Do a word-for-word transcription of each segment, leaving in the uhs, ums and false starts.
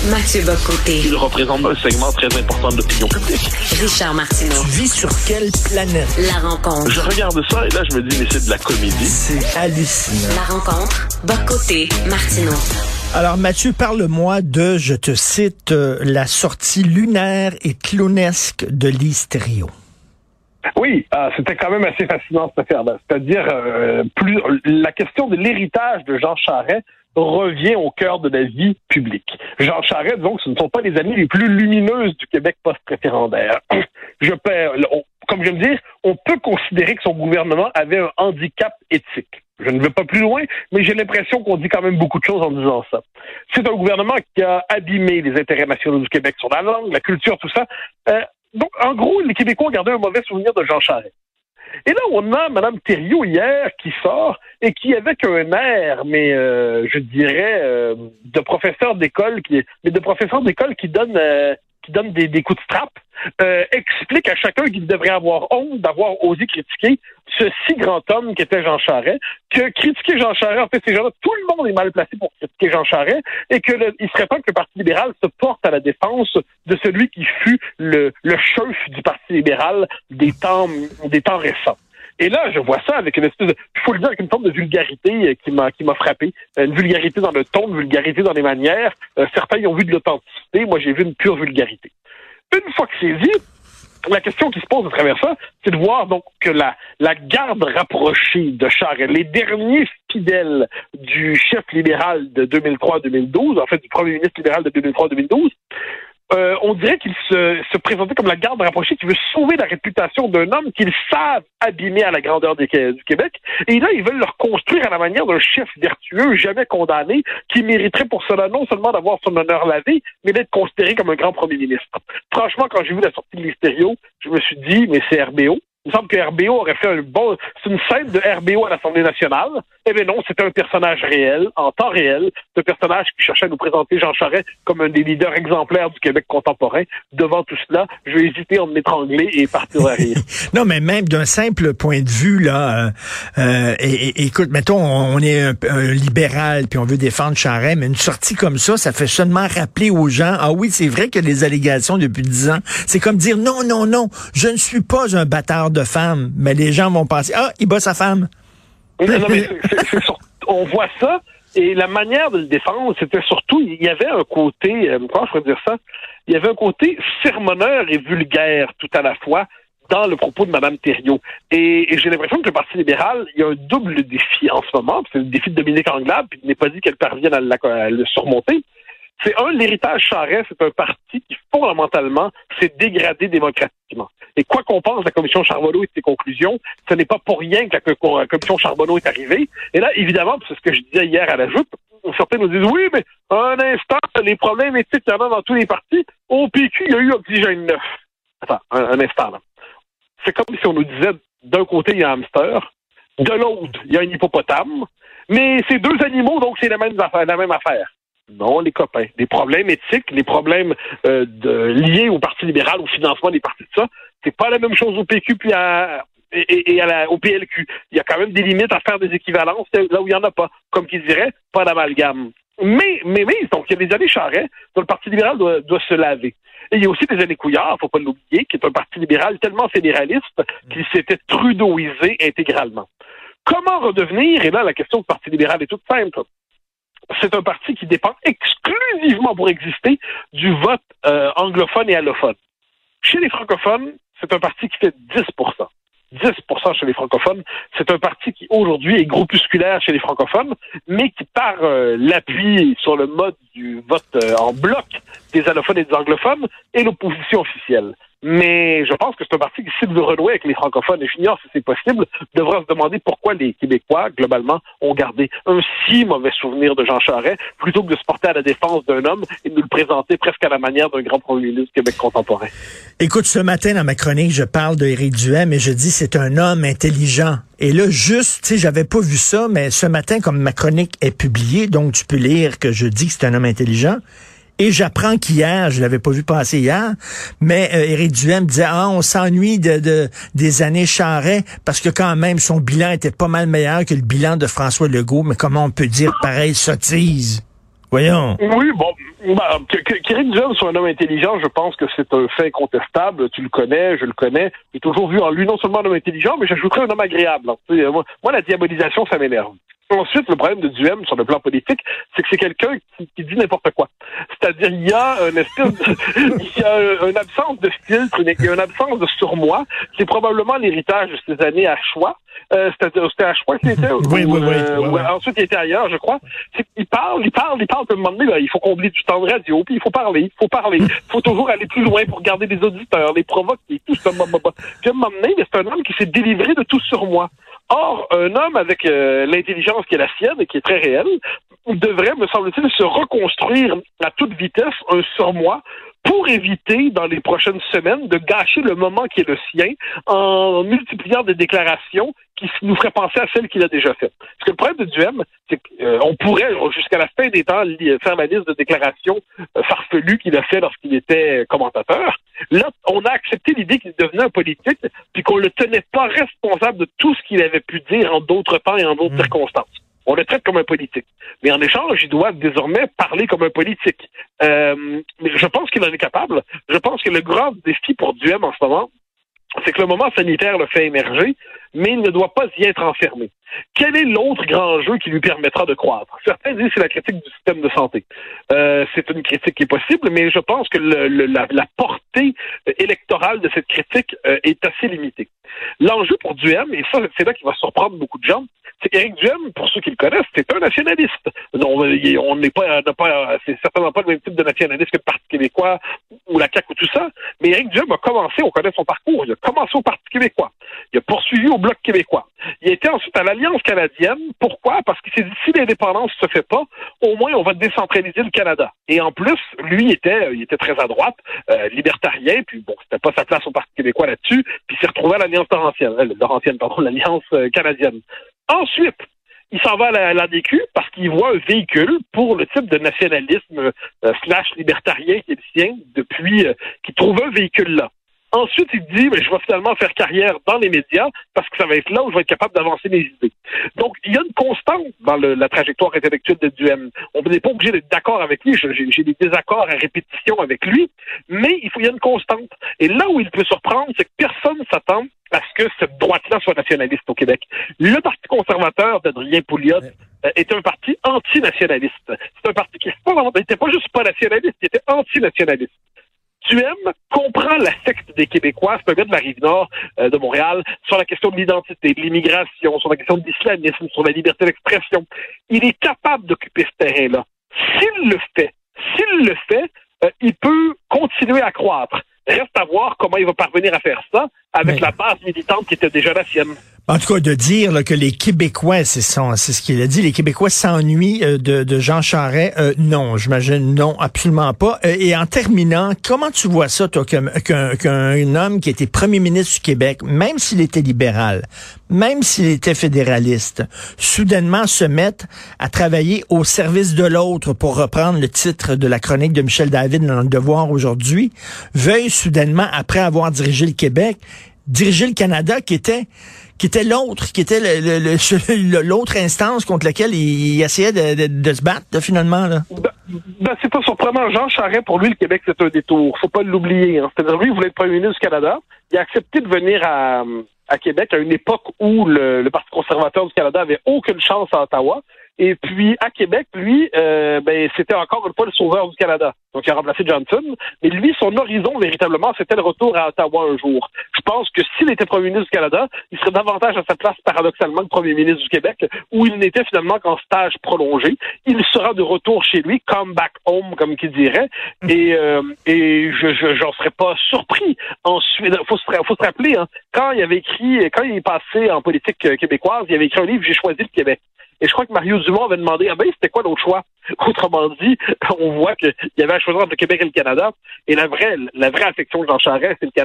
Mathieu Bock-Côté. Il représente un segment très important de l'opinion publique. Richard Martineau. Tu vis sur quelle planète? La rencontre. Je regarde ça et là, je me dis, mais c'est de la comédie. C'est hallucinant. La rencontre. Bock-Côté, Martineau. Alors, Mathieu, parle-moi de, je te cite, euh, la sortie lunaire et clownesque de Lise Thériault. Oui, euh, c'était quand même assez fascinant cette affaire-là. C'est-à-dire, euh, plus la question de l'héritage de Jean Charest revient au cœur de la vie publique. Jean Charest, disons que ce ne sont pas les années les plus lumineuses du Québec post-référendaire. Je perds, on, comme je me dis, on peut considérer que son gouvernement avait un handicap éthique. Je ne vais pas plus loin, mais j'ai l'impression qu'on dit quand même beaucoup de choses en disant ça. C'est un gouvernement qui a abîmé les intérêts nationaux du Québec sur la langue, la culture, tout ça. Euh, donc, en gros, les Québécois ont gardé un mauvais souvenir de Jean Charest. Et là, on a Mme Thériault hier qui sort et qui, avec un air, mais euh, je dirais, euh, de professeur d'école, qui, mais de professeur d'école qui donne, euh, qui donne des, des coups de strap, euh, explique à chacun qu'il devrait avoir honte d'avoir osé critiquer ce si grand homme qu'était Jean Charest, que critiquer Jean Charest, en fait, ces gens-là, tout le monde est mal placé pour critiquer Jean Charest, et que le, il serait temps que le Parti libéral se porte à la défense de celui qui fut le, le chef du Parti libéral des temps, des temps récents. Et là, je vois ça avec une espèce de, il faut le dire, avec une forme de vulgarité qui m'a, qui m'a frappé. Une vulgarité dans le ton, une vulgarité dans les manières. Euh, certains y ont vu de l'authenticité. Moi, j'ai vu une pure vulgarité. Une fois que c'est dit, la question qui se pose à travers ça, c'est de voir donc que la, la garde rapprochée de Charest, les derniers fidèles du chef libéral de deux mille trois deux mille douze, en fait du premier ministre libéral de deux mille trois deux mille douze, Euh, on dirait qu'il se, se présentait comme la garde rapprochée qui veut sauver la réputation d'un homme qu'ils savent abîmer à la grandeur des, du Québec. Et là, ils veulent le reconstruire à la manière d'un chef vertueux, jamais condamné, qui mériterait pour cela non seulement d'avoir son honneur lavé, mais d'être considéré comme un grand premier ministre. Franchement, quand j'ai vu la sortie de Lise Thériault, je me suis dit, mais c'est R B O. Il me semble que R B O aurait fait un bon... C'est une scène de R B O à l'Assemblée nationale. Eh bien non, c'était un personnage réel, en temps réel. C'est un personnage qui cherchait à nous présenter Jean Charest comme un des leaders exemplaires du Québec contemporain. Devant tout cela, je vais hésiter à m'étrangler et partir à rire. Non, mais même d'un simple point de vue, là, euh, euh, et, et, écoute, mettons, on est un, un libéral, puis on veut défendre Charest, mais une sortie comme ça, ça fait seulement rappeler aux gens, ah oui, c'est vrai que les allégations depuis dix ans, c'est comme dire, non, non, non, je ne suis pas un bâtard de femmes, mais les gens vont penser, ah, il bat sa femme. Non, non, mais c'est, c'est, c'est sur, on voit ça, et la manière de le défendre, c'était surtout, il y avait un côté, euh, comment je pourrais dire ça, il y avait un côté sermonneur et vulgaire tout à la fois dans le propos de Mme Thériault. Et, et j'ai l'impression que le Parti libéral, il y a un double défi en ce moment, c'est le défi de Dominique Anglade, puis il n'est pas dit qu'elle parvienne à, la, à le surmonter. C'est un, l'héritage Charest, c'est un parti qui, fondamentalement, s'est dégradé démocratiquement. Et quoi qu'on pense de la commission Charbonneau et de ses conclusions, ce n'est pas pour rien que la, la commission Charbonneau est arrivée. Et là, évidemment, c'est ce que je disais hier à la joute, certains nous disent, oui, mais un instant, les problèmes éthiques, il y en a dans tous les partis. Au P Q, il y a eu Oxygène neuf. Attends, un, un instant, là. C'est comme si on nous disait, d'un côté, il y a un hamster, de l'autre, il y a un hippopotame, mais c'est deux animaux, donc c'est la même affaire. La même affaire. Non, les copains. Les problèmes éthiques, les problèmes euh, de, liés au Parti libéral, au financement des partis de ça, c'est pas la même chose au P Q puis à, et, et à la, au P L Q. Il y a quand même des limites à faire des équivalences là où il y en a pas. Comme qui dirait, pas d'amalgame. Mais, mais, mais, donc, il y a des années Charest, dont le Parti libéral doit, doit se laver. Et il y a aussi des années Couillard, faut pas l'oublier, qui est un parti libéral tellement fédéraliste qu'il s'était trudeauisé intégralement. Comment redevenir? Et là, la question du Parti libéral est toute simple. C'est un parti qui dépend exclusivement pour exister du vote euh, anglophone et allophone. Chez les francophones, c'est un parti qui fait dix pour cent. dix pour cent chez les francophones. C'est un parti qui, aujourd'hui, est groupusculaire chez les francophones, mais qui, par euh, l'appui sur le mode du vote euh, en bloc des allophones et des anglophones, est l'opposition officielle. Mais je pense que c'est un parti qui, s'il veut renouer avec les francophones, et j'ignore si c'est possible, devra se demander pourquoi les Québécois, globalement, ont gardé un si mauvais souvenir de Jean Charest, plutôt que de se porter à la défense d'un homme et de nous le présenter presque à la manière d'un grand premier ministre du Québec contemporain. Écoute, ce matin, dans ma chronique, je parle d'Éric Duhem et je dis c'est un homme intelligent. Et là, juste, tu sais, j'avais pas vu ça, mais ce matin, comme ma chronique est publiée, donc tu peux lire que je dis que c'est un homme intelligent, et j'apprends qu'hier, je l'avais pas vu passer hier, mais euh, Éric Duhem disait, ah, on s'ennuie de, de des années Charest, parce que quand même, son bilan était pas mal meilleur que le bilan de François Legault, mais comment on peut dire pareille sottise? Voyons. Oui, bon, Bah, qu'Éric Duhem soit un homme intelligent, je pense que c'est un fait incontestable. Tu le connais, je le connais. J'ai toujours vu en lui non seulement un homme intelligent, mais j'ajouterais un homme agréable. Moi, moi, la diabolisation, ça m'énerve. Ensuite, le problème de Duhem sur le plan politique, c'est que c'est quelqu'un qui, qui dit n'importe quoi. C'est-à-dire, il y a une espèce de, il y a une absence de filtre, une, il y a une absence de surmoi. C'est probablement l'héritage de ces années à choix. Euh, c'était, c'était à choix qu'il était. Oui, ou, oui, oui. Euh, ouais, ouais. Ensuite, il était ailleurs, je crois. C'est qu'il parle, il parle, il parle. Puis à un moment donné, là, il faut combler du temps de radio, puis il faut parler, il faut parler. Il faut toujours aller plus loin pour garder les auditeurs, les provoquer, tout ça. Puis à un moment donné, c'est un homme qui s'est délivré de tout surmoi. Or, un homme avec euh, l'intelligence qui est la sienne et qui est très réelle devrait, me semble-t-il, se reconstruire à toute vitesse un surmoi pour éviter, dans les prochaines semaines, de gâcher le moment qui est le sien en multipliant des déclarations qui nous feraient penser à celles qu'il a déjà faites. Parce que le problème de Duhem, c'est qu'on euh, pourrait, jusqu'à la fin des temps, faire la liste de déclarations euh, farfelues qu'il a fait lorsqu'il était commentateur. Là, on a accepté l'idée qu'il devenait un politique, puis qu'on le tenait pas responsable de tout ce qu'il avait pu dire en d'autres temps et en d'autres mmh. circonstances. On le traite comme un politique. Mais en échange, il doit désormais parler comme un politique. Euh, mais je pense qu'il en est capable. Je pense que le grand défi pour Duhem en ce moment, c'est que le moment sanitaire le fait émerger, mais il ne doit pas y être enfermé. Quel est l'autre grand jeu qui lui permettra de croître? Certains disent que c'est la critique du système de santé. Euh, c'est une critique qui est possible, mais je pense que le, le, la, la portée électorale de cette critique euh, est assez limitée. L'enjeu pour Duhem, et ça, c'est là qu'il va surprendre beaucoup de gens, c'est qu'Éric Duhem, pour ceux qui le connaissent, c'est un nationaliste. Non, on n'est pas, pas, c'est certainement pas le même type de nationaliste que le Parti québécois ou la C A Q ou tout ça, mais Éric Duhem a commencé, on connaît son parcours, il a commencé au Parti québécois, il a poursuivi au Bloc québécois, il a été ensuite à l'Alliance canadienne. Pourquoi? Parce qu'il s'est dit, si l'indépendance se fait pas, au moins on va décentraliser le Canada. Et en plus, lui était, il était très à droite, euh, libertarien, puis bon, c'était pas sa place au Parti québécois là-dessus, puis il s'est retrouvé à l'Alliance Laurentienne, euh, Laurentienne, pardon, l'Alliance euh, canadienne. Ensuite, il s'en va à la, l'A D Q parce qu'il voit un véhicule pour le type de nationalisme euh, slash libertarien qui est le sien depuis euh, qu'il trouve un véhicule là. Ensuite, il dit, mais je vais finalement faire carrière dans les médias parce que ça va être là où je vais être capable d'avancer mes idées. Donc, il y a une constante dans le, la trajectoire intellectuelle de Duhem. On n'est pas obligé d'être d'accord avec lui. J'ai, j'ai des désaccords à répétition avec lui, mais il faut, il y a une constante. Et là où il peut surprendre, c'est que personne s'attend à ce que cette droite-là soit nationaliste au Québec. Le Parti conservateur d'Adrien Pouliot euh, était un parti antinationaliste. C'est un parti qui n'était pas juste pas nationaliste, il était antinationaliste. Duhem comprend l'affect des Québécois, c'est un gars de la Rive-Nord euh, de Montréal, sur la question de l'identité, de l'immigration, sur la question de l'islamisme, sur la liberté d'expression. Il est capable d'occuper ce terrain-là. S'il le fait, s'il le fait, euh, il peut continuer à croître. Reste à voir comment il va parvenir à faire ça avec Mais... la base militante qui était déjà la sienne. En tout cas, de dire là, que les Québécois, c'est son, c'est ce qu'il a dit, les Québécois s'ennuient euh, de, de Jean Charest, euh, non, j'imagine, non, absolument pas. Euh, et en terminant, comment tu vois ça, toi, qu'un, qu'un, qu'un homme qui était premier ministre du Québec, même s'il était libéral, même s'il était fédéraliste, soudainement se mette à travailler au service de l'autre, pour reprendre le titre de la chronique de Michel David dans Le Devoir aujourd'hui, veuille soudainement, après avoir dirigé le Québec, diriger le Canada, qui était qui était l'autre, qui était le, le, le, l'autre instance contre laquelle il, il essayait de, de, de se battre, là, finalement. Là. Ben, ben, c'est pas surprenant. Jean Charest, pour lui, le Québec, c'est un détour. Faut pas l'oublier. Hein. C'est-à-dire, lui, il voulait être premier ministre du Canada. Il a accepté de venir à, à Québec à une époque où le, le Parti conservateur du Canada avait aucune chance à Ottawa. Et puis, à Québec, lui, euh, ben, c'était encore une fois le sauveur du Canada. Donc, il a remplacé Johnson. Mais lui, son horizon, véritablement, c'était le retour à Ottawa un jour. Je pense que s'il était premier ministre du Canada, il serait davantage à sa place, paradoxalement, que premier ministre du Québec, où il n'était finalement qu'en stage prolongé. Il sera de retour chez lui, come back home, comme qu'il dirait. Et, euh, et je, je, j'en serais pas surpris. Ensuite, faut se, faut se rappeler, hein, quand il avait écrit, quand il est passé en politique québécoise, il avait écrit un livre, J'ai choisi le Québec. Et je crois que Mario Dumont avait demandé, ah ben, c'était quoi l'autre choix? Autrement dit, on voit qu'il y avait à choisir entre le Québec et le Canada. Et la vraie, la vraie affection de Jean Charest, c'est le Canada.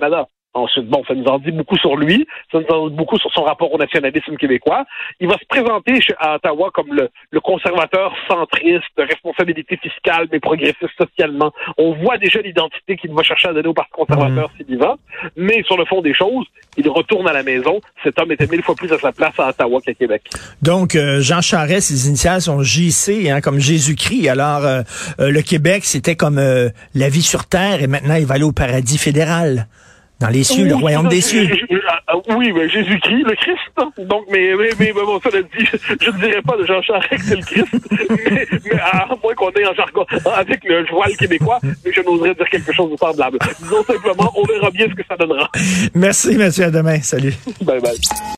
Ensuite, bon, ça nous en dit beaucoup sur lui, ça nous en dit beaucoup sur son rapport au nationalisme québécois. Il va se présenter chez, à Ottawa comme le, le conservateur centriste, de responsabilité fiscale, mais progressiste socialement. On voit déjà l'identité qu'il va chercher à donner au Parti conservateur s'il y va, mais sur le fond des choses, il retourne à la maison. Cet homme était mille fois plus à sa place à Ottawa qu'à Québec. Donc, euh, Jean Charest, ses initiales sont J C, hein, comme Jésus-Christ. Alors, euh, euh, le Québec, c'était comme euh, la vie sur Terre, et maintenant, il va aller au paradis fédéral. Dans les cieux, oui, le royaume des cieux. Oui, mais Jésus-Christ, le Christ. Donc, mais, mais, mais bon, ça le dit, je ne dirais pas de Jean Charest que c'est le Christ, mais, mais à moins qu'on ait en jargon avec le voile québécois, mais je n'oserais dire quelque chose de semblable. Disons simplement, on verra bien ce que ça donnera. Merci, monsieur. À demain. Salut. Bye bye.